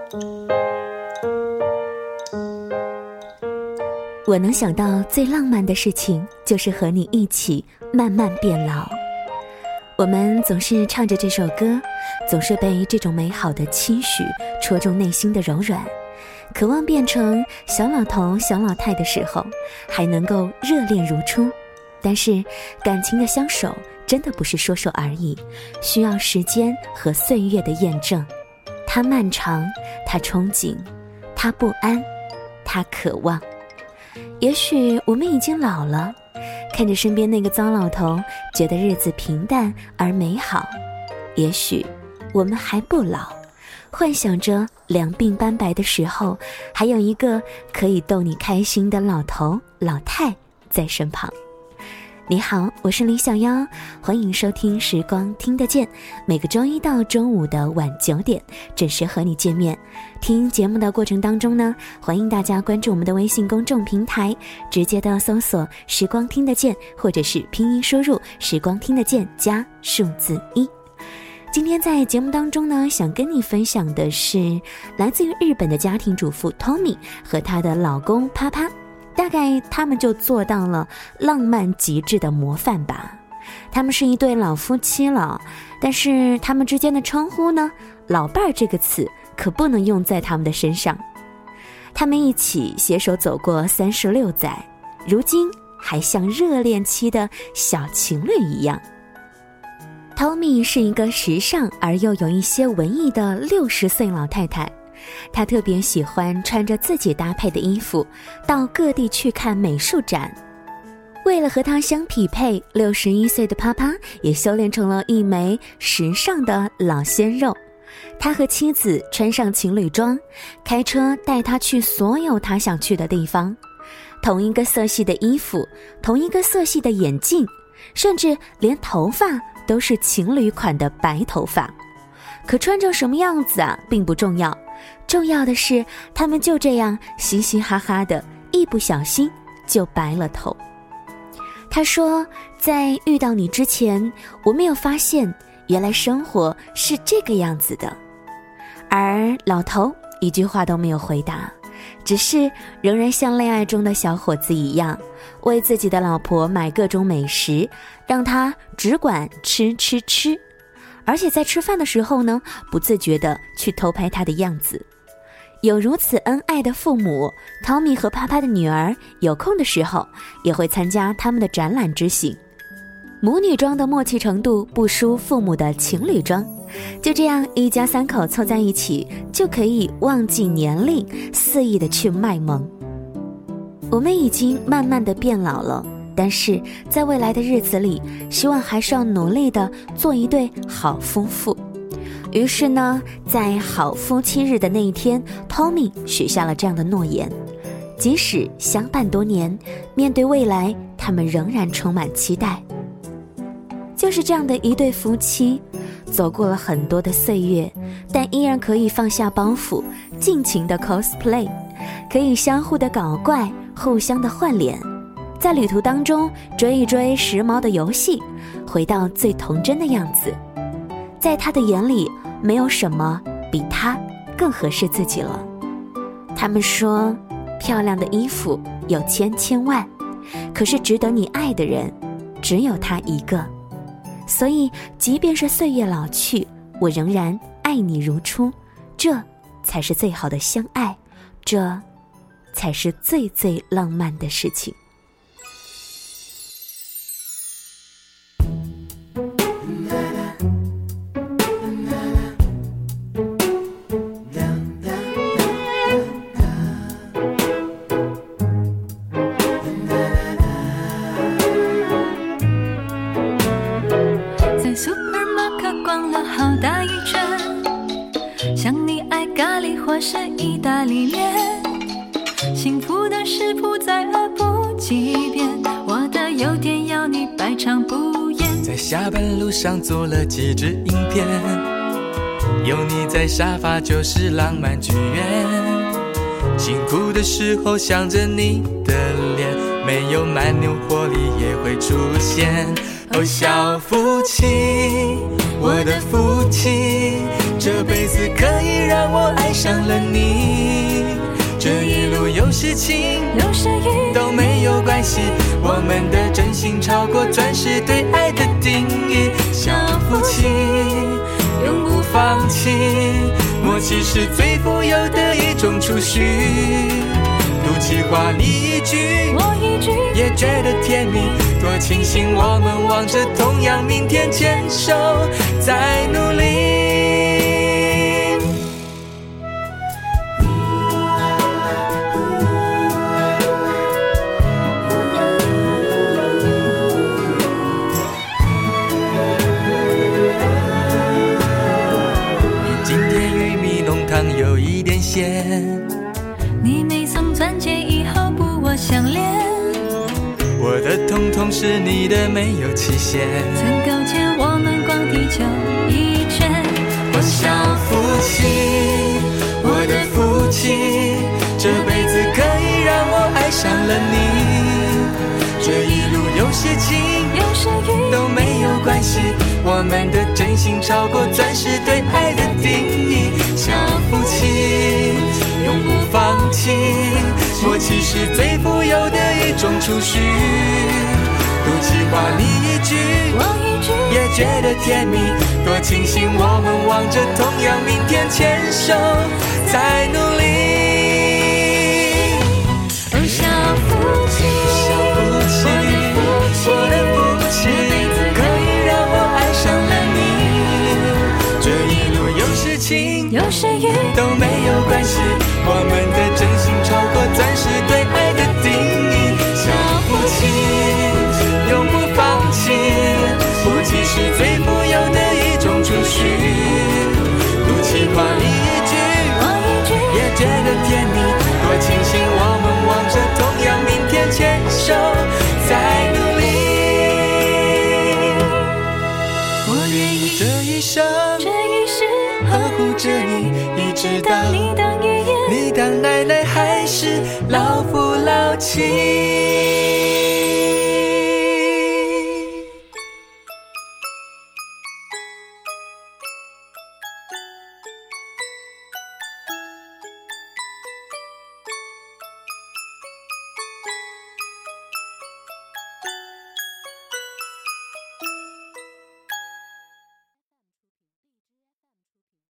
我能想到最浪漫的事情，就是和你一起慢慢变老。我们总是唱着这首歌，总是被这种美好的期许戳中内心的柔软，渴望变成小老头小老太的时候，还能够热恋如初。但是感情的相守真的不是说说而已，需要时间和岁月的验证。它漫长，它憧憬，它不安，它渴望。也许我们已经老了，看着身边那个糟老头，觉得日子平淡而美好。也许我们还不老，幻想着两鬓斑白的时候，还有一个可以逗你开心的老头老太在身旁。你好，我是李小妖，欢迎收听时光听得见，每个周一到周五的晚9点准时和你见面。听节目的过程当中呢，欢迎大家关注我们的微信公众平台，直接的搜索时光听得见，或者是拼音输入时光听得见加数字1。今天在节目当中呢，想跟你分享的是来自于日本的家庭主妇 Tommy 和她的老公啪啪，大概他们就做到了浪漫极致的模范吧。他们是一对老夫妻了，但是他们之间的称呼呢，老伴儿这个词可不能用在他们的身上。他们一起携手走过36载，如今还像热恋期的小情侣一样。Tommy 是一个时尚而又有一些文艺的60岁老太太，她特别喜欢穿着自己搭配的衣服到各地去看美术展。为了和她相匹配，61岁的啪啪也修炼成了一枚时尚的老鲜肉。他和妻子穿上情侣装，开车带她去所有他想去的地方，同一个色系的衣服，同一个色系的眼镜，甚至连头发都是情侣款的白头发。可穿成什么样子啊，并不重要，重要的是他们就这样嘻嘻哈哈的，一不小心就白了头。他说，在遇到你之前，我没有发现原来生活是这个样子的。而老头一句话都没有回答，只是仍然像恋爱中的小伙子一样，为自己的老婆买各种美食，让她只管吃吃吃，而且在吃饭的时候呢，不自觉地去偷拍她的样子。有如此恩爱的父母， Tommy 和啪啪的女儿有空的时候也会参加他们的展览之行。母女装的默契程度不输父母的情侣装，就这样一家3口凑在一起，就可以忘记年龄，肆意的去卖萌。我们已经慢慢的变老了，但是在未来的日子里，希望还是要努力的做一对好夫妇。于是呢，在好夫妻日的那一天， Tommy 许下了这样的诺言，即使相伴多年，面对未来，他们仍然充满期待。就是这样的一对夫妻，走过了很多的岁月，但依然可以放下包袱，尽情的 cosplay， 可以相互的搞怪，互相的换脸，在旅途当中追一追时髦的游戏，回到最童真的样子。在他的眼里，没有什么比他更合适自己了。他们说，漂亮的衣服有千万，可是值得你爱的人只有他一个。所以即便是岁月老去，我仍然爱你如初，这才是最好的相爱，这才是最最浪漫的事情。 逛了好大一圈，像你爱咖喱或是意大利面，幸福的食谱再饿不几遍，我的优点要你百尝不厌。 在下班路上做了几支影片，有你在沙发就是浪漫剧院，辛苦的时候想着你的脸，没有蛮牛活力也会出现。哦，小夫妻，我的福气，这这辈子可以让我爱上了你。这一路有时晴有时雨都没有关系，我们的真心超过钻石对爱的定义。小夫妻永不放弃，默契是最富有的一种储蓄。赌气话你一句我一句， 也觉得甜蜜，多庆幸我们望着同样明天，牵手在努力。今天玉米浓汤有一点咸， 你没送钻戒以后不我相恋， 我的统统是你的没有期限。 曾勾践我们逛地球一圈。 我小夫妻，我的夫妻，这辈子可以让我爱上了你。这一路有时晴有时雨都没有关系，我们的真心超过钻石对爱的定义。小夫妻永不放弃，默契是最富有的一种储蓄。赌气话你一句我一句， 也觉得甜蜜，多庆幸我们望着同样明天，牵手在努力。 哦，小夫妻， 我的夫妻，可以让我爱上了你。这一路有时晴有时雨都没有关系，我们的真心超过钻石对爱的定义。小夫妻永不放弃，默契是最富有的一种储蓄。赌气话你一句我一句， 也觉得甜蜜，多庆幸我们望着同样明天，牵手在努力。 我愿意这一生这一世呵护着你，一直到你当爷爷你当奶奶，还是老夫老妻。